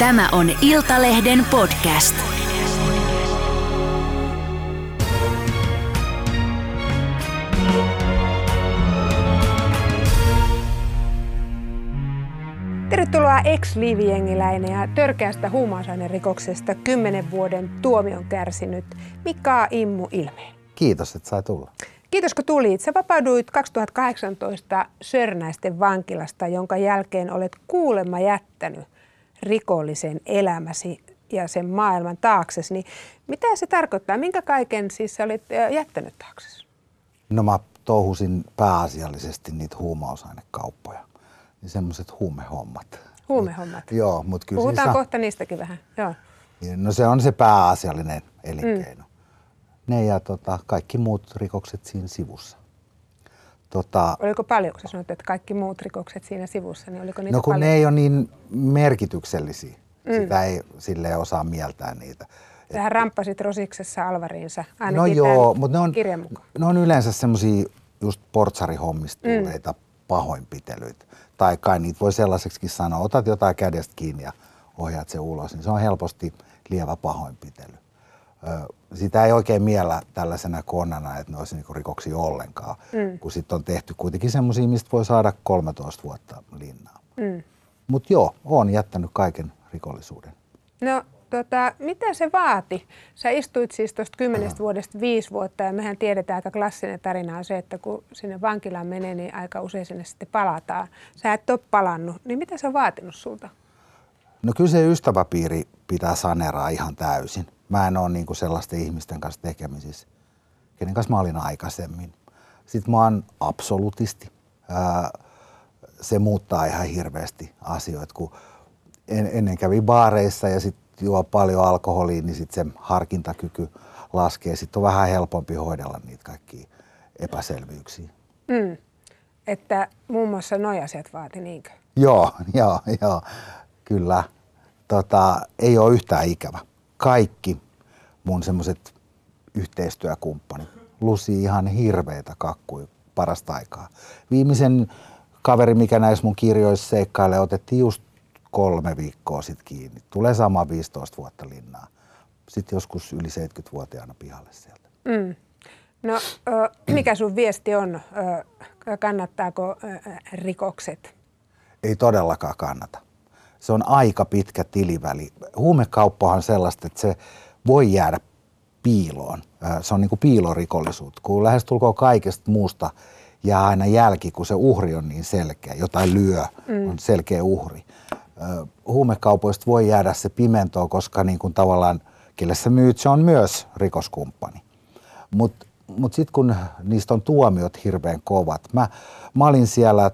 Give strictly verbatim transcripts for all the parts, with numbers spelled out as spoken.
Tämä on Iltalehden podcast. Tervetuloa ex-liivijengiläinen ja törkeästä huumausainerikoksesta kymmenen vuoden tuomion kärsinyt Mika Immu Ilmeen. Kiitos, että sai tulla. Kiitos, kun tulit. Sä vapauduit kaksituhattakahdeksantoista Sörnäisten vankilasta, jonka jälkeen olet kuulemma jättänyt rikollisen elämäsi ja sen maailman taaksesi. Niin mitä se tarkoittaa? Minkä kaiken siis sä olit jättänyt taaksesi? No mä touhusin pääasiallisesti niitä huumausainekauppoja. Niin semmoiset huumehommat. Huumehommat? Joo, mutta kyllä puhutaan siis kohta niistäkin vähän. Joo. No se on se pääasiallinen elinkeino. Mm. Ne ja tota, kaikki muut rikokset siinä sivussa. Tota, oliko paljon, kun sä sanoit, että kaikki muut rikokset siinä sivussa, niin oliko niitä no kun paljon? ne ei ole niin merkityksellisiä. Mm. Sitä ei silleen osaa mieltää niitä. Sähän ramppasit Rosiksessa Alvariinsa, ainakin no joo, mutta ne on, kirjan mukaan. ne on yleensä semmosia just portsarihommista tulleita mm. pahoinpitelyitä. Tai kai niitä voi sellaiseksikin sanoa, otat jotain kädestä kiinni ja ohjaat se ulos, niin se on helposti lievä pahoinpitely. Sitä ei oikein miellä tällaisena konnana, että ne olisi niinku rikoksia ollenkaan, mm. kun sitten on tehty kuitenkin semmoisia, mistä voi saada kolmetoista vuotta linnaa. Mm. Mutta joo, oon jättänyt kaiken rikollisuuden. No tota, mitä se vaati? Sä istuit siis tuosta kymmenestä vuodesta viisi vuotta ja mehän tiedetään, aika klassinen tarina on se, että kun sinne vankilaan menee, niin aika usein sinne sitten palataan. Sä et ole palannut, niin mitä se on vaatinut sulta? No kyllä se ystäväpiiri pitää saneraa ihan täysin. Mä en ole niinku sellaisten ihmisten kanssa tekemisissä, kenen kanssa mä olin aikaisemmin. Sitten mä oon absolutisti. Ää, se muuttaa ihan hirveästi asioita, kun en, ennen kävi baareissa ja sitten juo paljon alkoholia, niin sitten se harkintakyky laskee. Sitten on vähän helpompi hoidella niitä kaikkia epäselvyyksiä. Mm. Että muun muassa noi asiat vaati, niinkö? Joo, joo, joo, kyllä. Tota, ei ole yhtään ikävä. Kaikki mun semmoiset yhteistyökumppanit lusi ihan hirveitä kakkuja parasta aikaa. Viimeisen kaveri, mikä näissä mun kirjoissa seikkailee, otettiin just kolme viikkoa sitten kiinni. Tulee sama viisitoista vuotta linnaa. Sitten joskus yli seitsemänkymmentävuotiaana pihalle sieltä. Mm. No mikä sun viesti on? Kannattaako rikokset? Ei todellakaan kannata. Se on aika pitkä tiliväli. Huumekauppahan on sellaista, että se voi jäädä piiloon. Se on niin kuin piilorikollisuutta, kun lähestulkoon kaikesta muusta jää aina jälki, kun se uhri on niin selkeä. Jotain lyö, mm. on selkeä uhri. Huumekaupoista voi jäädä se pimentoon, koska niin kuin tavallaan, kelle sä myyt, se on myös rikoskumppani. Mutta mut sitten kun niistä on tuomiot hirveän kovat. Mä, mä olin siellä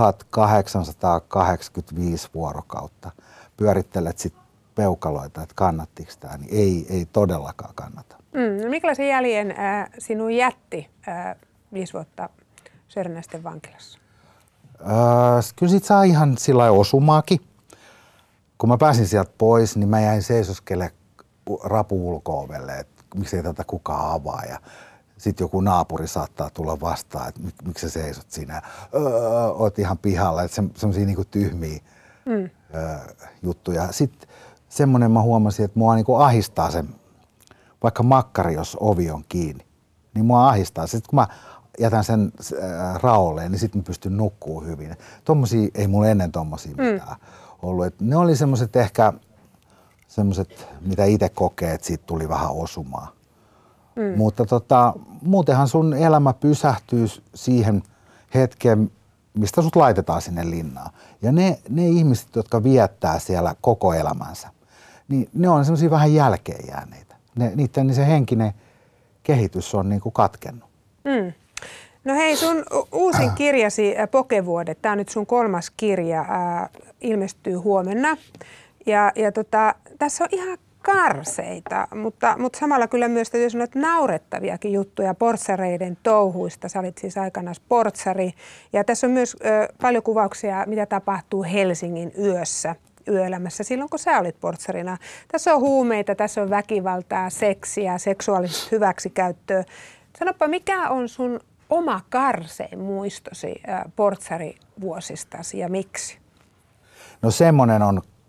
tuhatkahdeksansataakahdeksankymmentäviisi vuorokautta. Pyörittelet sitten peukaloita, että kannattiko tämä, niin ei, ei todellakaan kannata. Mm, no minkälaisen jäljen äh, sinun jätti äh, viisi vuotta Sörnäisten vankilassa? Äh, kyllä sit saa ihan sillä lailla osumaakin. Kun mä pääsin sieltä pois, niin mä jäin seisoskele rapu ulko-ovelle, että miksei tätä kukaan avaa. Ja sitten joku naapuri saattaa tulla vastaan, että mik, miksi sä seisot siinä, öö, oot ihan pihalla, että se, semmosia niinku tyhmiä mm. öö, juttuja. Sitten semmoinen mä huomasin, että mua niinku ahistaa se, vaikka makkari, jos ovi on kiinni, niin mua ahistaa. Sitten kun mä jätän sen äh, raolleen, niin sitten mä pystyn nukkuu hyvin. Tommosia, ei mulla ennen tommosia mm. mitään ollut. Et ne oli semmoiset ehkä semmoiset, mitä itse kokee, että siitä tuli vähän osumaa. Mm. Mutta tota, muutenhan sun elämä pysähtyy siihen hetkeen, mistä sut laitetaan sinne linnaan. Ja ne, ne ihmiset, jotka viettää siellä koko elämänsä, niin ne on semmoisia vähän jälkeenjääneitä. Ne, niiden niin se henkinen kehitys on niin kuin katkennut. Mm. No hei, sun uusin kirjasi Pokevuodet, tämä on nyt sun kolmas kirja, ää, ilmestyy huomenna. Ja, ja tota, tässä on ihan karseita, mutta, mutta samalla kyllä myös täytyy sanoa, että naurettaviakin juttuja portsareiden touhuista. Sä olit siis aikanaan portsari. Ja tässä on myös ö, paljon kuvauksia, mitä tapahtuu Helsingin yössä, yöelämässä silloin, kun sä olit portsarina. Tässä on huumeita, tässä on väkivaltaa, seksiä, seksuaalista hyväksikäyttöä. Sanoppa, mikä on sun oma karsein muistosi ö, portsarivuosistasi ja miksi? No semmoinen on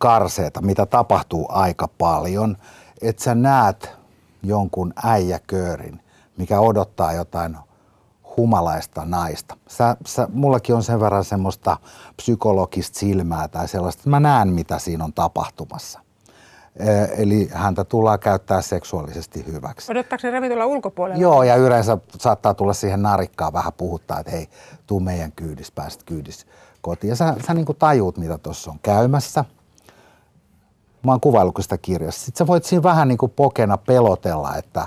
karseeta, mitä tapahtuu aika paljon, että sä näet jonkun äijäköörin, mikä odottaa jotain humalaista naista. Sä, sä, mullakin on sen verran semmoista psykologista silmää tai sellaista, että mä näen, mitä siinä on tapahtumassa. Eli häntä tullaan käyttää seksuaalisesti hyväksi. Odottaako se ravintola ulkopuolella? Joo, ja yleensä saattaa tulla siihen narikkaan vähän puhuttaa, että hei, tuu meidän kyydis, pääset kyydis kotiin. Ja sä, sä niin kuin tajuut, mitä tuossa on käymässä. Mä oon kuvaillut sitä kirjassa. Sitten sä voit siinä vähän niin kuin pokena pelotella, että,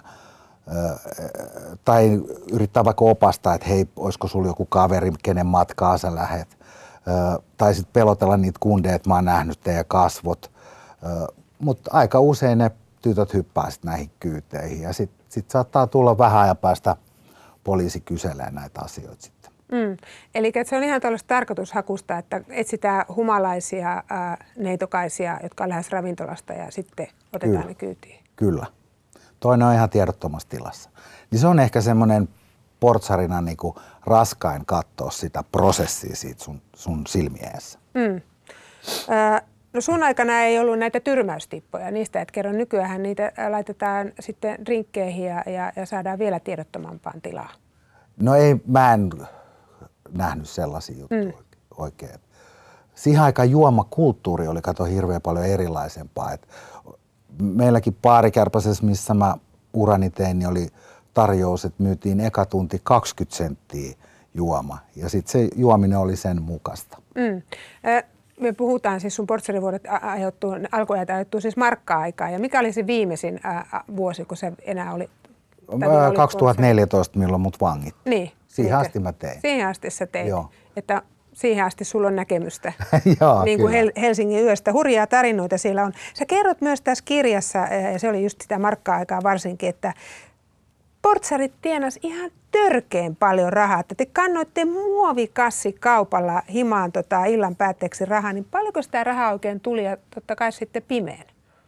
tai yrittää vaikka opastaa, että hei, olisiko sulla joku kaveri, kenen matkaa sä lähet. Tai sitten pelotella niitä kundeja, että mä oon nähnyt teidän kasvot. Mutta aika usein ne tytöt hyppää sitten näihin kyyteihin ja sitten sit saattaa tulla vähän ajan päästä poliisi kyselee näitä asioita sitten. Mm. Eli se on ihan tällaista tarkoitushakusta, että etsitään humalaisia ää, neitokaisia, jotka on lähes ravintolasta ja sitten otetaan Kyllä. ne kyytiin. Kyllä. Toinen on ihan tiedottomassa tilassa. Niin se on ehkä semmoinen portsarina niinku raskain katsoa sitä prosessia siitä sun, sun silmiessä. Mm. Äh, No sun aikana ei ollut näitä tyrmäystippoja, niistä et kerro. Nykyään niitä laitetaan sitten drinkkeihin ja, ja, ja saadaan vielä tiedottomampaan tilaa. No ei, mä en nähnyt sellaisia juttuja mm. oikein. Siihen aikaan juomakulttuuri oli kato hirveän paljon erilaisempaa. Et meilläkin Paarikärpäsessä, missä mä urani tein, niin oli tarjous, että myytiin eka tunti kaksikymmentä senttiä juoma. Ja sitten se juominen oli sen mukaista. Mm. Äh, Me puhutaan siis sun portsarivuodet ajoittuu, alkuajat ajoittuu siis markka-aikaa. Ja mikä oli se viimeisin ää, vuosi, kun se enää oli? oli kaksituhattaneljätoista, milloin mut vangittiin. Niin. Siihen asti mä tein. Siihen asti sä teit. Joo. Että siihen asti sulla on näkemystä. Joo, niin kuin Hel- Helsingin yöstä. Hurjaa tarinoita siellä on. Sä kerrot myös tässä kirjassa, ja se oli just sitä markka-aikaa varsinkin, että portsarit tienas ihan törkeen paljon rahaa. Että te kannoitte muovikassi kaupalla himaan tota illan päätteeksi rahaa, niin paljonko sitä rahaa oikein tuli ja totta kai sitten pimeän?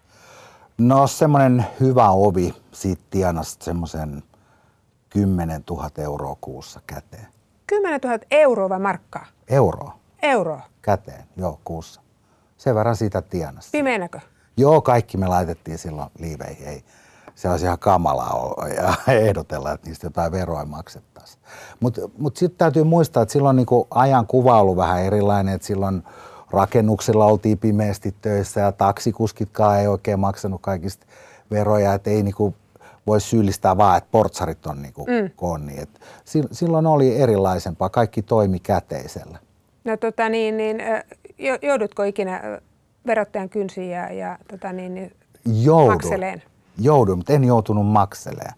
No semmoinen hyvä ovi siitä tienasi semmoisen kymmenen tuhatta euroa kuussa käteen. kymmenen tuhatta euroa vai markkaa? Euroa. Euroa? Käteen, joo, kuussa. Sen verran siitä tienasi. Pimeänäkö? Joo, kaikki me laitettiin silloin liiveihin. Ei. Se olisi ihan kamalaa olla ja ehdotella, että niistä jotain veroa maksettaisiin. Mutta mut sitten täytyy muistaa, että silloin niinku ajan kuva on ollut vähän erilainen, että silloin rakennuksilla oltiin pimeästi töissä ja taksikuskitkaan ei oikein maksanut kaikista veroja, että ei niinku voi syyllistää vaan, että portsarit on niinku mm. konni. Et silloin oli erilaisempaa, kaikki toimi käteisellä. No tota niin, niin joudutko ikinä verottajan kynsiin ja, ja tota niin, niin makseleen? Jouduin, mutta en joutunut makseleen.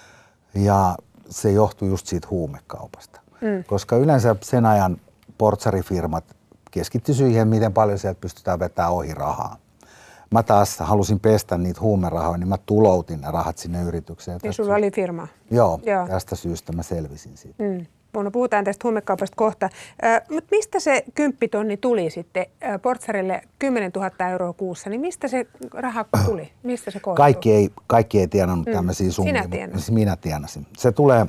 Ja se johtui just siitä huumekaupasta. Mm. Koska yleensä sen ajan portsarifirmat keskittyi siihen, miten paljon sieltä pystytään vetämään ohi rahaa. Mä taas halusin pestä niitä huumerahoja, niin mä tuloutin ne rahat sinne yritykseen. Ja sulla oli firma? Joo, Joo, tästä syystä mä selvisin siitä. Mm. No, puhutaan tästä huumekaupasta kohta. Äh, mutta mistä se kymppitonni tuli sitten äh, portsarille kymmenen tuhatta euroa kuussa, niin mistä se raha tuli? Mistä se koostuu? Kaikki ei, kaikki ei tienannut mm. tämmöisiä summia. Sinä tienasit. Minä tienasin. Se tulee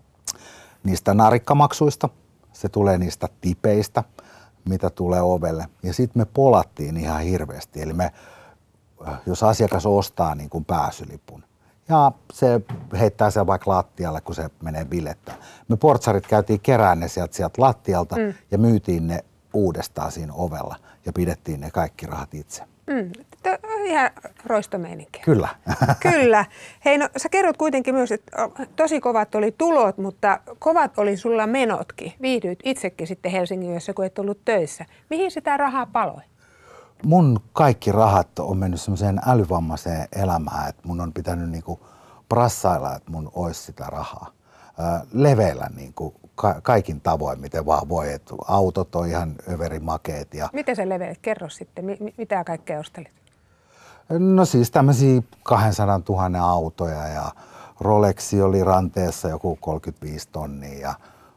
niistä narikkamaksuista, se tulee niistä tipeistä, mitä tulee ovelle. Ja sitten me polattiin ihan hirveästi. Eli me, jos asiakas ostaa niin kuin pääsylipun, ja se heittää sen vaikka lattialle, kun se menee bilettään. Me portsarit käytiin kerään ne sieltä, sieltä lattialta mm. ja myytiin ne uudestaan siinä ovella ja pidettiin ne kaikki rahat itse. Mm. Ihan roistomeininki. Kyllä. Kyllä. Hei, no sä kerrot kuitenkin myös, että tosi kovat oli tulot, mutta kovat oli sulla menotkin. Viihdyit itsekin sitten Helsingin yössä, kun et ollut töissä. Mihin sitä rahaa paloi? Mun kaikki rahat on mennyt semmoiseen älyvammaiseen elämään, että mun on pitänyt niinku prassailla, että mun olisi sitä rahaa. Ää, leveillä niinku ka- kaikin tavoin, miten vaan voi. Et autot on ihan överimakeet. Ja... Miten sä leveilet? Kerro sitten, mi- mitä kaikkea ostelit? No siis tämmöisiä kaksisataatuhatta autoja ja Rolexi oli ranteessa joku kolmekymmentäviisi tonnia ja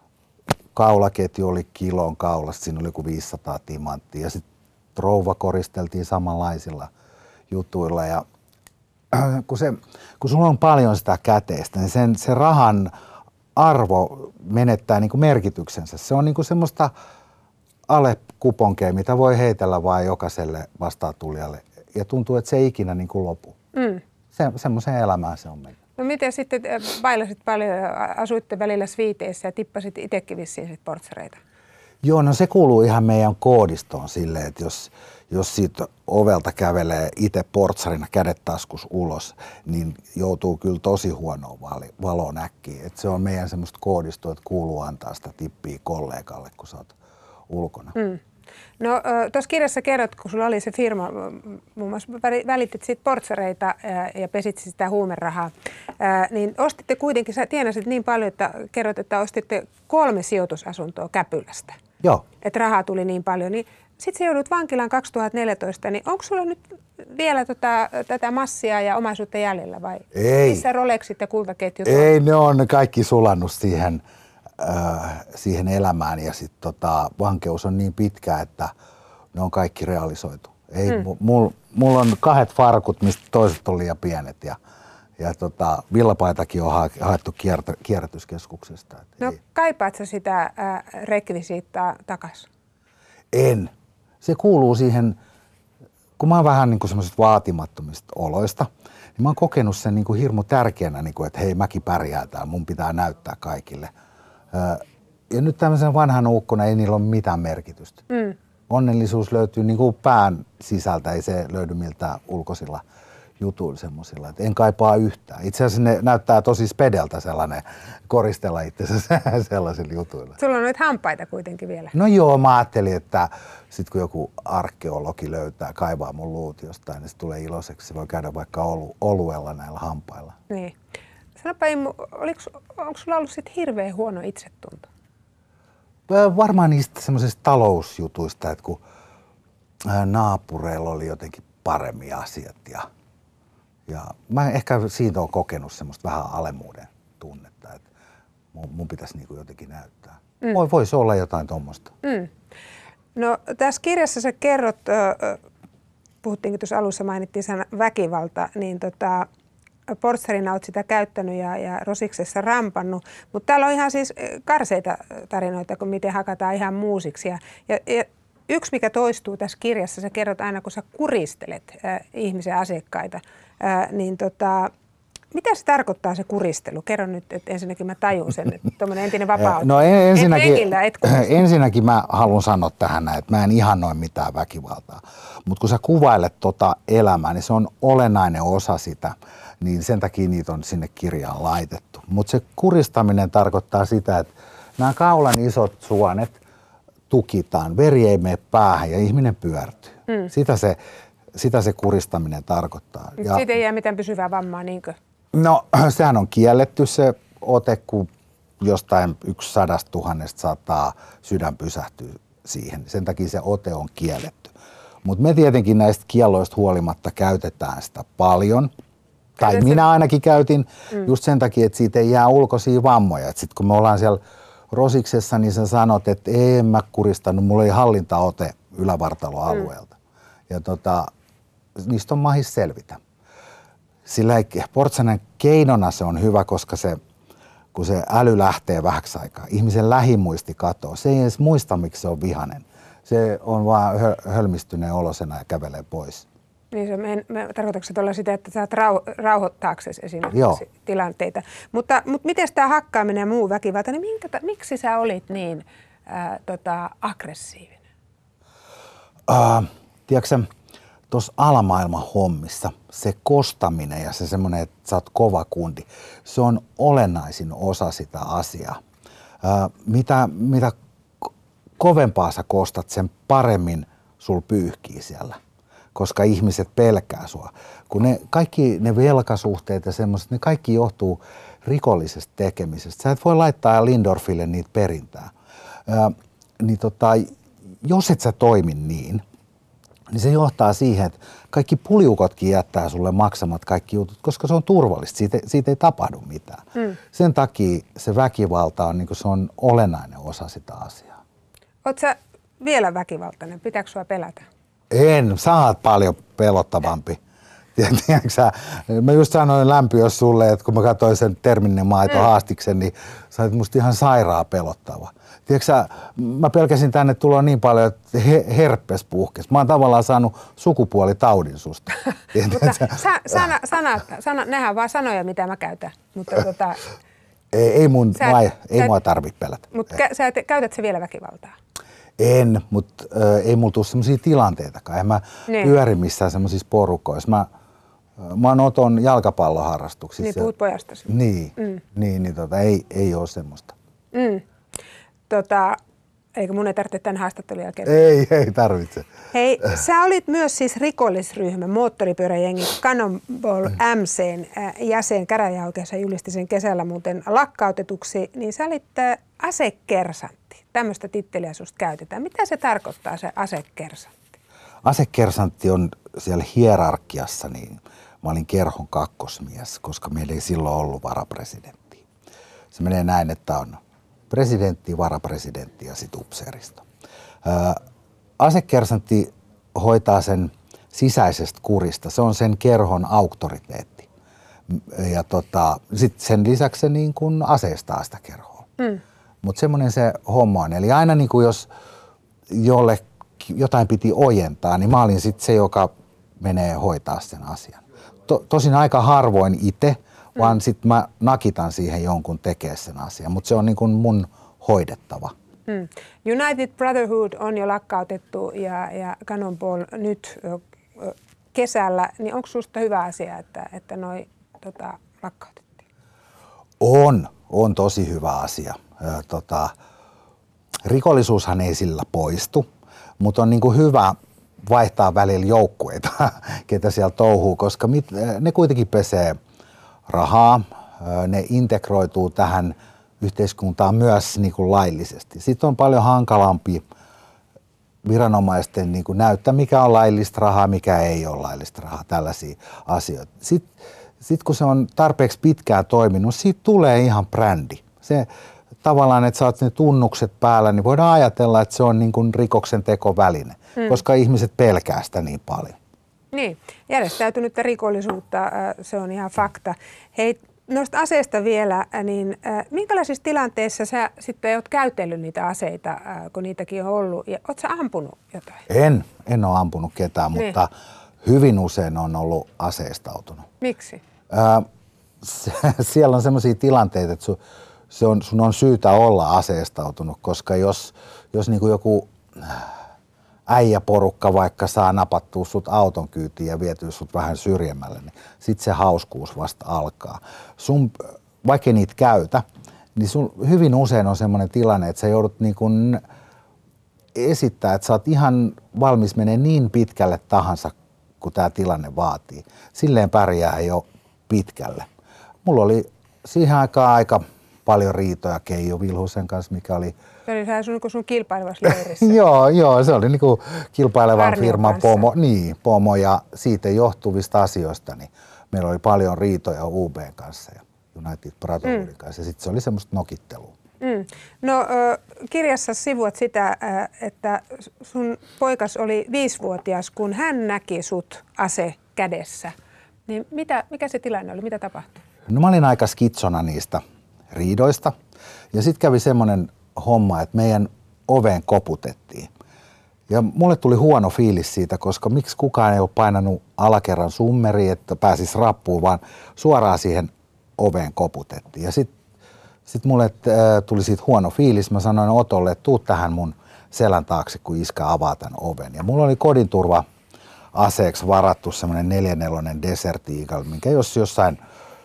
kaulaketju oli kilon kaulasta, siinä oli joku viisisataa timanttia ja sitten rouva koristeltiin samanlaisilla jutuilla ja kun, se, kun sulla on paljon sitä käteistä, niin sen, se rahan arvo menettää niin kuin merkityksensä. Se on niin kuin semmoista alle kuponkeja, mitä voi heitellä vaan jokaiselle vastaatulijalle. Ja tuntuu, että se ei ikinä niin kuin lopu. Mm. Se, semmoiseen elämään se on mennyt. No miten sitten bailasit paljon, asuitte välillä sviiteissä ja tippasit itsekin vissiin sit portsareita? Joo, no se kuuluu ihan meidän koodistoon silleen, että jos, jos siitä ovelta kävelee itse portsarina kädet taskus ulos, niin joutuu kyllä tosi huonoon valoon äkkiä. Et se on meidän semmoista koodistoa, että kuuluu antaa sitä tippia kollegalle, kun sä oot ulkona. Mm. No tuossa kirjassa kerrot, kun sulla oli se firma, muun muassa välitit siitä portsareita ja pesit sitä huumerahaa, niin ostitte kuitenkin, sä tienasit niin paljon, että kerrot, että ostitte kolme sijoitusasuntoa Käpylästä. Joo. Että rahaa tuli niin paljon, niin sitten sä joudut vankilaan kaksituhattaneljätoista, niin onko sulla nyt vielä tota, tätä massia ja omaisuutta jäljellä vai? Ei. Missä Rolexit ja kultaketjut on? Ei, ne on kaikki sulannut siihen. siihen elämään ja sitten tota, vankeus on niin pitkä, että ne on kaikki realisoitu. Ei, hmm. Mulla mul on kahdet farkut, mistä toiset on liian pienet ja, ja tota, villapaitakin on ha- haettu kiert- kierrätyskeskuksesta. Et no ei. Kaipaat sä sitä äh, rekvisiittaa takaisin? En. Se kuuluu siihen, kun mä oon vähän niin kuin semmoisista vaatimattomista oloista, niin mä oon kokenut sen niin kuin hirmu tärkeänä, niin kuin, että hei, mäkin pärjään täällä, mun pitää näyttää kaikille. Ja nyt tämmöisen vanhan uukkona ei niillä ole mitään merkitystä. Mm. Onnellisuus löytyy niin kuin pään sisältä, ei se löydy miltään ulkoisilla jutuilla semmoisilla. Et en kaipaa yhtään. Itse asiassa ne näyttää tosi spedeltä sellainen koristella itsensä sellaisilla jutuilla. Sulla on nyt hampaita kuitenkin vielä. No joo, mä ajattelin, että sit kun joku arkeologi löytää, kaivaa mun luut jostain, niin se tulee iloiseksi. Se voi käydä vaikka olu, oluella näillä hampailla. Niin. Sanoppa Immu, onko sulla ollut sit hirveän huono itsetunto? Varmaan niistä semmoisista talousjutuista, että kun naapureilla oli jotenkin paremmin asiat ja, ja mä ehkä siitä olen kokenut semmoista vähän alemmuuden tunnetta, että mun, mun pitäisi niinku jotenkin näyttää. Mm. Voi, voisi olla jotain tuommoista. Mm. No tässä kirjassa sä kerrot, puhuttiinkin tuossa alussa, mainittiin sana väkivalta, niin tota, portsarina olet sitä käyttänyt ja, ja Rosiksessa rampannut, mutta täällä on ihan siis karseita tarinoita, kun miten hakataan ihan muusiksi. Ja, ja, ja yksi, mikä toistuu tässä kirjassa, sä kerrot aina, kun sä kuristelet äh, ihmisen asiakkaita, äh, niin tota, mitä se tarkoittaa se kuristelu? Kerro nyt, että ensinnäkin mä tajun sen, että tuommoinen entinen vapaa. No ensinnäkin, et ensinnäkin mä haluan sanoa tähän, että mä en ihannoi mitään väkivaltaa, mutta kun sä kuvailet tota elämää, niin se on olennainen osa sitä. Niin sen takia niitä on sinne kirjaan laitettu. Mutta se kuristaminen tarkoittaa sitä, että nämä kaulan isot suonet tukitaan, veri ei mene päähän ja ihminen pyörtyy. Mm. Sitä, se, sitä se kuristaminen tarkoittaa. Ja siitä ei jää mitään pysyvää vammaa, niinkö? No, sehän on kielletty se ote, kun jostain yksi sadasta tuhannesta saattaa sydän pysähtyä siihen. Sen takia se ote on kielletty. Mutta me tietenkin näistä kielloista huolimatta käytetään sitä paljon. Tai minä ainakin käytin mm. just sen takia, että siitä ei jää ulkoisia vammoja. Sitten kun me ollaan siellä Rosiksessa, niin sä sanot, että en mä kuristanut, mulla oli hallintaote ylävartaloalueelta. Mm. Ja tota, niistä on mahis selvitä. Sillä portsanen keinona se on hyvä, koska se, kun se äly lähtee vähäksi aikaa, ihmisen lähimuisti katoo. Se ei edes muista, miksi se on vihainen. Se on vaan hölmistyneen olosena ja kävelee pois. Niin se, me, me, tarkoitatko se tuolla sitä, että saat rauho, rauhoittaaksesi esimerkiksi Joo. tilanteita. Mutta, mutta miten tämä hakkaaminen ja muu väkivalta, niin minkä, miksi sä olit niin ää, tota, aggressiivinen? Uh, tiedätkö tuossa alamaailman hommissa se kostaminen ja se semmoinen, että sä oot kova kundi, se on olennaisin osa sitä asiaa. Uh, mitä, mitä kovempaa sä kostat, sen paremmin sul pyyhkii siellä. Koska ihmiset pelkää sua. Kun ne, kaikki ne velkasuhteet ja semmoiset, ne kaikki johtuu rikollisesta tekemisestä. Sä et voi laittaa Lindorfille niitä perintää. Ää, niin tota, jos et sä toimi niin, niin se johtaa siihen, että kaikki puliukotkin jättää sulle maksamat kaikki jutut, koska se on turvallista. Siitä, siitä ei tapahdu mitään. Mm. Sen takia se väkivalta on, niin kuin se on olennainen osa sitä asiaa. Oot sä vielä väkivaltainen? Pitääkö sua pelätä? En, sä oot paljon pelottavampi. Tiedätkö sä, mä just sanoin lämpiössä sulle, että kun mä katsoin sen Terminen maito haastiksen, niin sä olet musta ihan sairaan pelottava. Tiedätkö sä, mä pelkäsin tänne tuloa niin paljon, että he, herpes puhkesi. Mä oon tavallaan saanut sukupuolitaudin susta. Mutta sa, sana, sana, sana, nehän on vaan sanoja, mitä mä käytän. Mutta tota, ei, ei, mun, sä, vai, ei sä, mua tarvitse pelätä. Mutta sä käytät sä vielä väkivaltaa? En, mutta äh, ei mulla tule sellaisia tilanteitakaan. En mä niin. pyöri missään semmoisissa porukoissa. Mä, mä oon Oton jalkapalloharrastuksissa. Niin, puhut pojastasi. Niin, mm. niin, niin tota, ei, ei ole semmoista. Mm. Tota, eikö mun ei tarvitse tämän haastattelun jälkeen? Ei, ei tarvitse. Hei, sä olit myös siis rikollisryhmä, moottoripyöräjengi Cannonball M C:n jäsen. Käräjäoikeus julisti sen kesällä muuten lakkautetuksi, niin sä olit asekersantti. Tämmöistä titteliä susta käytetään. Mitä se tarkoittaa, se asekersantti? Asekersantti on siellä hierarkiassa, niin mä olin kerhon kakkosmies, koska meillä ei silloin ollut varapresidenttiä. Se menee näin, että on presidentti, varapresidentti ja sitten upseeristo. Asekersantti hoitaa sen sisäisestä kurista. Se on sen kerhon auktoriteetti. Ja tota, sitten sen lisäksi se niin kuin aseistaa sitä kerhoa. Mm. Mutta semmoinen se homma on. Eli aina niin kuin jos jolle jotain piti ojentaa, niin mä olin sitten se, joka menee hoitaa sen asian. To, tosin aika harvoin itse, mm. vaan sitten mä nakitan siihen jonkun tekee sen asian. Mutta se on niin kuin mun hoidettava. Mm. United Brotherhood on jo lakkautettu ja, ja Cannonball nyt kesällä. Niin onko susta hyvä asia, että, että noi tota, lakkautettiin? On, on tosi hyvä asia. Ö, tota, rikollisuushan ei sillä poistu, mutta on niinku hyvä vaihtaa välillä joukkueita, ketä siellä touhuu, koska mit, ne kuitenkin pesee rahaa, ne integroituu tähän yhteiskuntaan myös niin kuin laillisesti. Sitten on paljon hankalampi viranomaisten niin kuin näyttää, mikä on laillista rahaa, mikä ei ole laillista rahaa, tällaisia asioita. Sitten sit kun se on tarpeeksi pitkään toiminut, siitä tulee ihan brändi. Se tavallaan, että saat ne tunnukset päällä, niin voidaan ajatella, että se on niin kuin rikoksen tekoväline, hmm. koska ihmiset pelkää sitä niin paljon. Niin, järjestäytynyttä rikollisuutta, se on ihan fakta. Hei, noista aseista vielä, niin äh, minkälaisissa tilanteissa sä sitten oot käytellyt niitä aseita, äh, kun niitäkin on ollut, ja oot sä ampunut jotain? En, en ole ampunut ketään, niin. Mutta hyvin usein on ollut aseistautunut. Miksi? Äh, se, siellä on sellaisia tilanteita, että su, se on, sun on syytä olla aseistautunut, koska jos, jos niin kuin joku äijäporukka vaikka saa napattua sut auton kyytiin ja vietyä sut vähän syrjemmälle, niin sit se hauskuus vasta alkaa. Sun, vaikka niitä käytä, niin sun hyvin usein on semmoinen tilanne, että sä joudut niin kun esittää, että sä oot ihan valmis menee niin pitkälle tahansa, kun tää tilanne vaatii. Silleen pärjää jo pitkälle. Mulla oli siihen aikaan aika paljon riitoja Keijo Vilhusen kanssa, mikä oli... Se oli sun, sun kilpailevassa leirissä. joo, joo, se oli niinku kilpailevan Arnion firman kanssa. pomo, niin, pomo ja siitä johtuvista asioista, niin meillä oli paljon riitoja U B:n kanssa ja United Brotherhoodin mm. kanssa ja sitten se oli semmoista nokittelua. Mm. No kirjassa sivuat sitä, että sun poikas oli viisivuotias, kun hän näki sut ase kädessä. Niin mitä, mikä se tilanne oli? Mitä tapahtui? No mä olin aika skitsona niistä riidoista ja sitten kävi semmoinen homma, että meidän oveen koputettiin. Ja mulle tuli huono fiilis siitä, koska miksi kukaan ei ole painanut alakerran summeriin, että pääsisi rappuun, vaan suoraan siihen oveen koputettiin. Ja sitten sit mulle äh, tuli siitä huono fiilis. Mä sanoin Otolle, että tuu tähän mun selän taakse, kun iskä avaa tämän oven. Ja mulla oli kodinturva aseeksi varattu semmoinen neljänelonen Desert Eagle, minkä jos jossain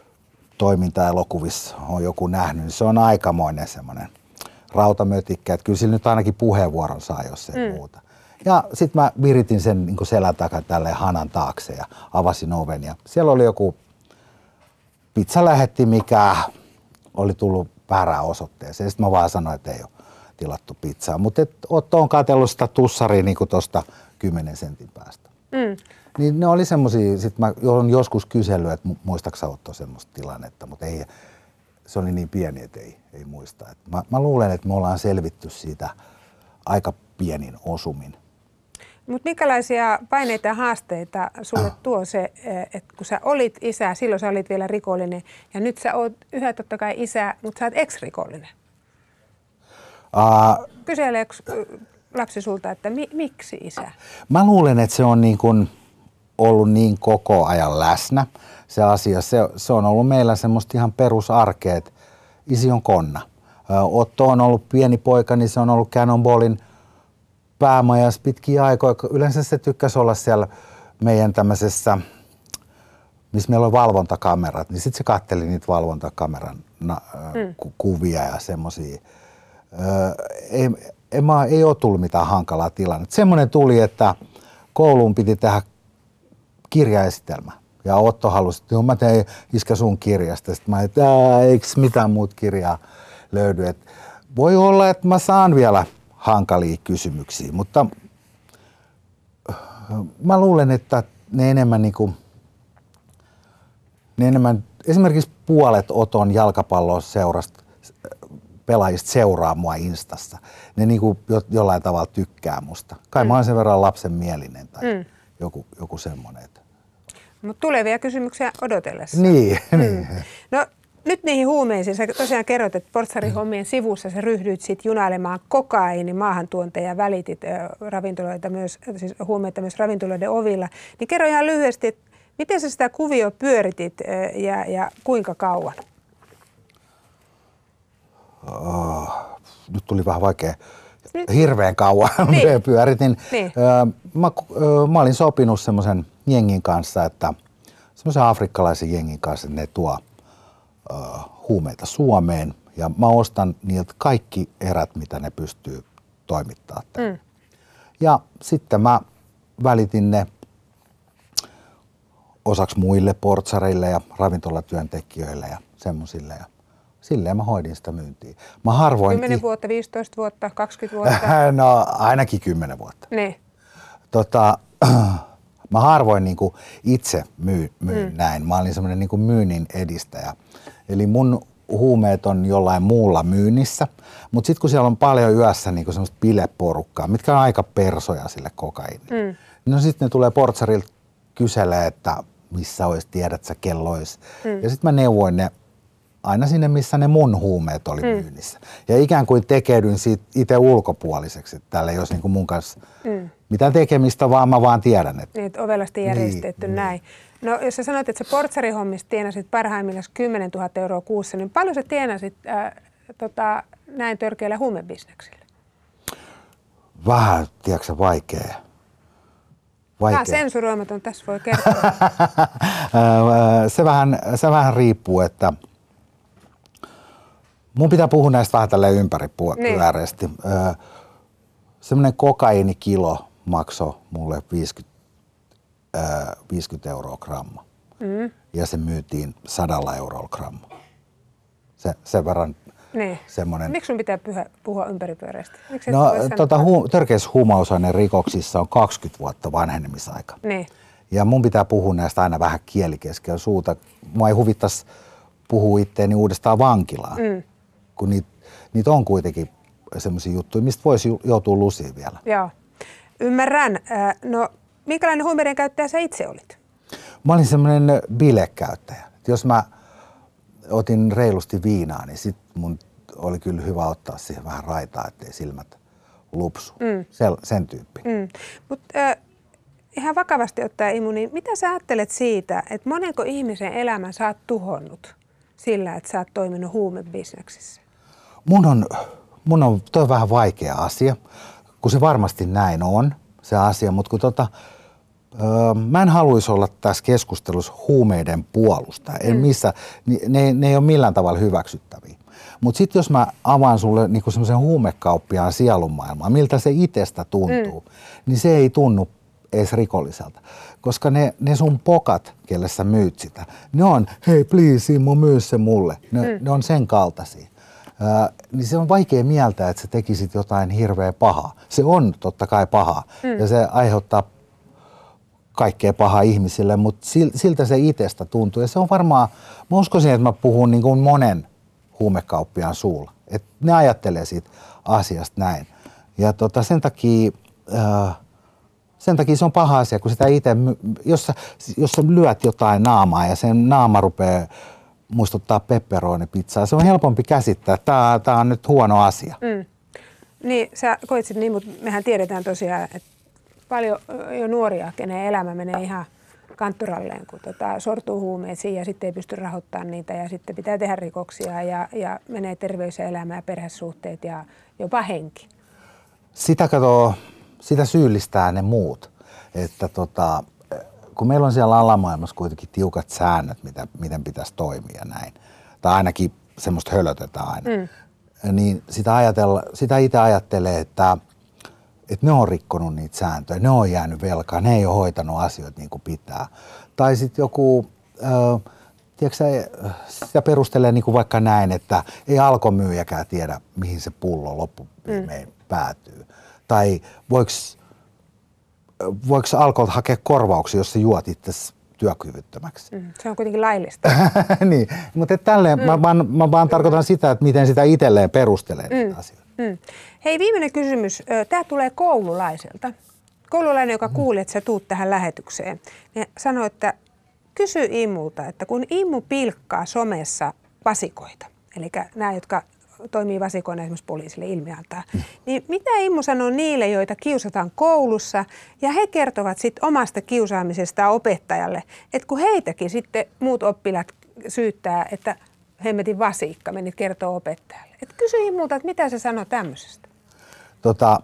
toimintaelokuvissa on joku nähnyt, niin se on aikamoinen semmoinen rautamötikkä, että kyllä sillä nyt ainakin puheenvuoron saa, jos ei mm. muuta. Ja sitten mä viritin sen niin kuin selän takan tälleen hanan taakse ja avasin oven ja siellä oli joku pizzalähetti, mikä oli tullut väärään osoitteeseen. Sitten mä vaan sanoin, että ei ole tilattu pizzaa, mutta Otto on katsellut sitä tussaria niin kuin tuosta kymmenen sentin päästä. Mm. Niin ne oli semmosia, sit mä olen joskus kysellyt, että muistaaks sä Otto semmoista tilannetta, mutta ei, se oli niin pieni, että ei, ei muista. Et mä, mä luulen, että me ollaan selvitty siitä aika pienin osumin. Mutta minkälaisia paineita ja haasteita sulle tuo se, että kun sä olit isä, silloin sä olit vielä rikollinen ja nyt sä oot yhä totta kai isä, mutta sä oot ex-rikollinen? Uh, Kyseleekö lapsi sulta, että mi, miksi isä? Mä luulen, että se on niin kuin ollut niin koko ajan läsnä se asia. Se, se on ollut meillä semmoista ihan perusarkea, että isi on konna. Otto on ollut pieni poika, niin se on ollut Cannonballin päämajassa pitkiä aikoja. Yleensä se tykkäsi olla siellä meidän tämmöisessä, missä meillä on valvontakamerat, niin sitten se katseli niitä valvontakameran na, mm. ku, kuvia ja semmoisia. Ei, ei, ei ole tullut mitään hankalaa tilannetta. Semmoinen tuli, että kouluun piti tehdä kirjaesitelmä. Ja Otto halusi, että mä tein iskä sun kirjasta. Sitten mä että eikö mitään muut kirjaa löydy. Et voi olla, että mä saan vielä hankalia kysymyksiä, mutta mä luulen, että ne enemmän, niin kuin, ne enemmän esimerkiksi puolet Oton jalkapalloseurasta pelaajista seuraa mua Instassa. Ne niin kuin jollain tavalla tykkää musta. Kai mm. mä oon sen verran lapsenmielinen tai mm. joku, joku semmoinen. Mutta tulevia kysymyksiä odotellessa. Niin, mm. niin. No nyt niihin huumeisiin. Sä tosiaan kerroit, että portsarihommien sivussa sä ryhdyit sit junailemaan kokaiini maahantuonteja ja välitit ravintoloita myös, siis huumeita myös ravintoloiden ovilla. Niin kerro ihan lyhyesti, että miten sä sitä kuvio pyöritit ja, ja kuinka kauan? Oh, nyt tuli vähän vaikea. Hirveän kauan niin. pyöritin. Niin. Mä, mä olin sopinut semmoisen jengin kanssa, että semmoisen afrikkalaisen jengin kanssa, että ne tuo uh, huumeita Suomeen ja mä ostan niiltä kaikki erät, mitä ne pystyy toimittamaan. Mm. Ja sitten mä välitin ne osaksi muille portsareille ja ravintolatyöntekijöille ja semmoisille. Ja silleen mä hoidin sitä myyntiä. Mä harvoin... kymmenen vuotta, viisitoista vuotta, kaksikymmentä vuotta? No ainakin kymmenen vuotta. Niin. Tota, mä harvoin niin kuin itse myyn, myyn mm. näin. Mä olin semmoinen niin kuin myynnin edistäjä. Eli mun huumeet on jollain muulla myynnissä. Mutta sitten kun siellä on paljon yössä niin kuin semmoista bileporukkaa, mitkä on aika persoja sille kokaiinille, mm. no sitten ne tulee portsarilta kyselee, että missä olisi, tiedät sä, kello olisi. Mm. Ja sitten mä neuvoin ne aina sinne, missä ne mun huumeet oli mm. myynnissä. Ja ikään kuin tekeydyin siitä itse ulkopuoliseksi, että täällä ei olisi niin kuin mun kanssa mm. mitään tekemistä, vaan mä vaan tiedän. Että... Niin, ovelasti järjestetty niin, näin. No jos sä sanoit, että sä portsarihommista tienasit parhaimmillaan kymmenentuhatta euroa kuussa, niin paljon sä tienasit äh, tota, näin törkeällä huumebisneksillä? Vähän, tiedätkö, vaikea. Vaikea. Ah, sensuroimaton, tässä voi kertoa. se, vähän, se vähän riippuu, että mun pitää puhua näistä vähän tälleen ympäripyöreästi. Niin. Semmoinen kokaiinikilo maksoi mulle viisikymmentä euroa gramma. Mm. Ja se myytiin sadalla eurolla gramma. Se, sen verran niin. semmoinen... Miksi sun pitää pyhä, puhua ympäripyöreästi? No tota, hu, törkeissä huumausaineen rikoksissa on kaksikymmentä vuotta vanhenemisaika. Niin. Ja mun pitää puhua näistä aina vähän kieli keskellä suuta. Mua ei huvittaisi puhua itteeni uudestaan vankilaan, mm. kun niitä niit on kuitenkin semmoisia juttuja, mistä voisi joutua lusiin vielä. Joo, ymmärrän. No, minkälainen huumeiden käyttäjä sä itse olit? Mä olin semmoinen bilekäyttäjä. Jos mä otin reilusti viinaa, niin sit mun oli kyllä hyvä ottaa siihen vähän raitaa, ettei silmät lupsu. Mm. Sen, sen tyyppi. Mm. Mut, äh, ihan vakavasti ottaen, Imu, niin mitä sä ajattelet siitä, että monenko ihmisen elämän sä oot tuhonnut sillä, että sä oot toiminut huumebisneksissä? Mun on, mun on toi on vähän vaikea asia, kun se varmasti näin on, se asia, mutta kun tota, öö, mä en haluaisi olla tässä keskustelussa huumeiden puolustaja. Mm. En missä, ne, ne ei ole millään tavalla hyväksyttäviä. Mutta sitten jos mä avaan sulle niinku semmoisen huumekauppiaan sielunmaailmaa, miltä se itsestä tuntuu, mm. niin se ei tunnu edes rikolliselta. Koska ne, ne sun pokat, kelle sä myyt sitä, ne on, hei please, Immo, myy se mulle. Ne, mm. ne on sen kaltaisia. Äh, niin se on vaikea mieltää, että sä tekisit jotain hirveä pahaa. Se on totta kai pahaa mm. ja se aiheuttaa kaikkea pahaa ihmisille, mutta siltä se itsestä tuntuu. Ja se on varmaan, mä uskoisin, että mä puhun niin kuin monen huumekauppiaan suulla. Että ne ajattelee siitä asiasta näin. Ja tota, sen takia... Äh, Sen takia se on paha asia, kun sitä itse, jos sä, jos sä lyöt jotain naamaa ja sen naama rupeaa muistuttaa pepperoni-pizzaa, se on helpompi käsittää, että tää, tää on nyt huono asia. Mm. Niin, sä koitsit niin, mutta mehän tiedetään tosiaan, että paljon jo nuoria, kenen elämä menee ihan kanttoralleen, kun tota, sortuu huumeisiin ja sitten ei pysty rahoittamaan niitä ja sitten pitää tehdä rikoksia ja, ja menee terveys ja elämä ja perhesuhteet ja jopa henki. Sitä, kato, sitä syyllistää ne muut, että tota, kun meillä on siellä alamaailmassa kuitenkin tiukat säännöt, mitä, miten pitäisi toimia näin, tai ainakin semmoista hölötetään aina, mm. niin sitä, ajatella, sitä itse ajattelee, että, että ne on rikkonut niitä sääntöjä, ne on jäänyt velkaan, ne ei ole hoitanut asioita niin kuin pitää. Tai sitten joku, äh, tiedätkö, sitä perustelee niin kuin vaikka näin, että ei alkomyyjäkään tiedä, mihin se pullo loppuviimein mm. päätyy. Tai voiko, voiko alkolta hakea korvauksia, jos sä juot itsesi työkyvyttömäksi? Mm, se on kuitenkin laillista. Niin, mutta tälleen mm. mä, mä, mä vaan tarkoitan sitä, että miten sitä itselleen perustelee mm. niitä asioita. Mm. Hei, viimeinen kysymys. Tämä tulee koululaiselta. Koululainen, joka mm. kuuli, että sä tuut tähän lähetykseen, niin sanoi, että kysy Immulta, että kun Immu pilkkaa somessa vasikoita, eli nämä, jotka toimii vasikoina esimerkiksi poliisille ilmiantaa, mm. niin mitä Immu sanoo niille, joita kiusataan koulussa, ja he kertovat sitten omasta kiusaamisestaan opettajalle, että kun heitäkin sitten muut oppilaat syyttää, että hemmetin vasikka meni kertoo opettajalle. Et kysy Immulta, että mitä se sanoo tämmöisestä? Tota,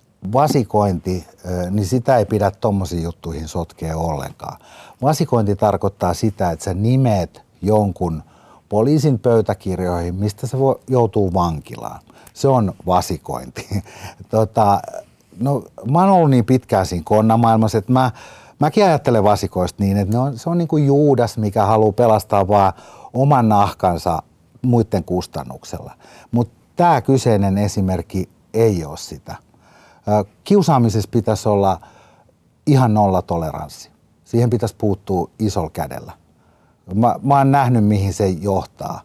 vasikointi, niin sitä ei pidä tommosiin juttuihin sotkea ollenkaan. Vasikointi tarkoittaa sitä, että sä nimeet jonkun poliisin pöytäkirjoihin, mistä se voi joutuu vankilaan. Se on vasikointi. Tota, no, mä oon ollut niin pitkään siinä konnamaailmassa, että mä, mäkin ajattelen vasikoista niin, että ne on, se on niin kuin Juudas, mikä haluaa pelastaa vaan oman nahkansa muiden kustannuksella. Mutta tämä kyseinen esimerkki ei ole sitä. Kiusaamisessa pitäisi olla ihan nollatoleranssi. Siihen pitäisi puuttua isolla kädellä. Mä, mä oon nähnyt, mihin se johtaa.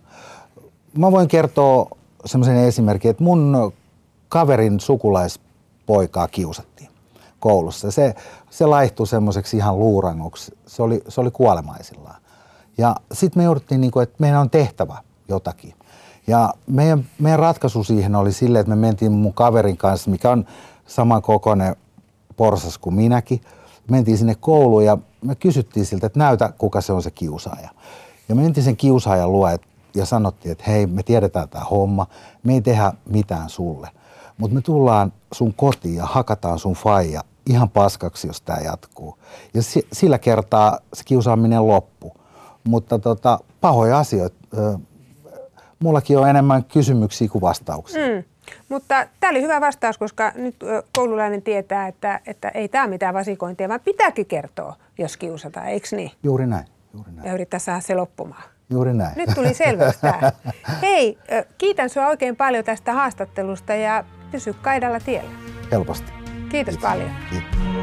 Mä voin kertoa semmoisen esimerkin, että mun kaverin sukulaispoikaa kiusattiin koulussa. Se, se laihtui semmoiseksi ihan luurangoksi. Se oli, se oli kuolemaisillaan. Ja sitten me jouduttiin, niin kuin, että meidän on tehtävä jotakin. Ja meidän, meidän ratkaisu siihen oli silleen, että me mentiin mun kaverin kanssa, mikä on samankokoinen porsas kuin minäkin. Mentiin sinne kouluun ja me kysyttiin siltä, että näytä, kuka se on se kiusaaja. Ja me mentiin sen kiusaajan luo ja sanottiin, että hei, me tiedetään tämä homma, me ei tehdä mitään sulle. Mutta me tullaan sun kotiin ja hakataan sun faija ihan paskaksi, jos tämä jatkuu. Ja sillä kertaa se kiusaaminen loppui. Mutta tota, pahoja asioita. Mullakin on enemmän kysymyksiä kuin vastauksia. Mm. Mutta tämä oli hyvä vastaus, koska nyt koululainen tietää, että, että ei tämä mitään vasikointia, vaan pitääkin kertoa, jos kiusataan, eikö niin? Juuri näin. Juuri näin. Ja yrittää saada se loppumaan. Juuri näin. Nyt tuli selväksi tämä. Hei, kiitän sinua oikein paljon tästä haastattelusta ja pysy kaidalla tiellä. Helposti. Kiitos, Kiitos. paljon. Kiitos.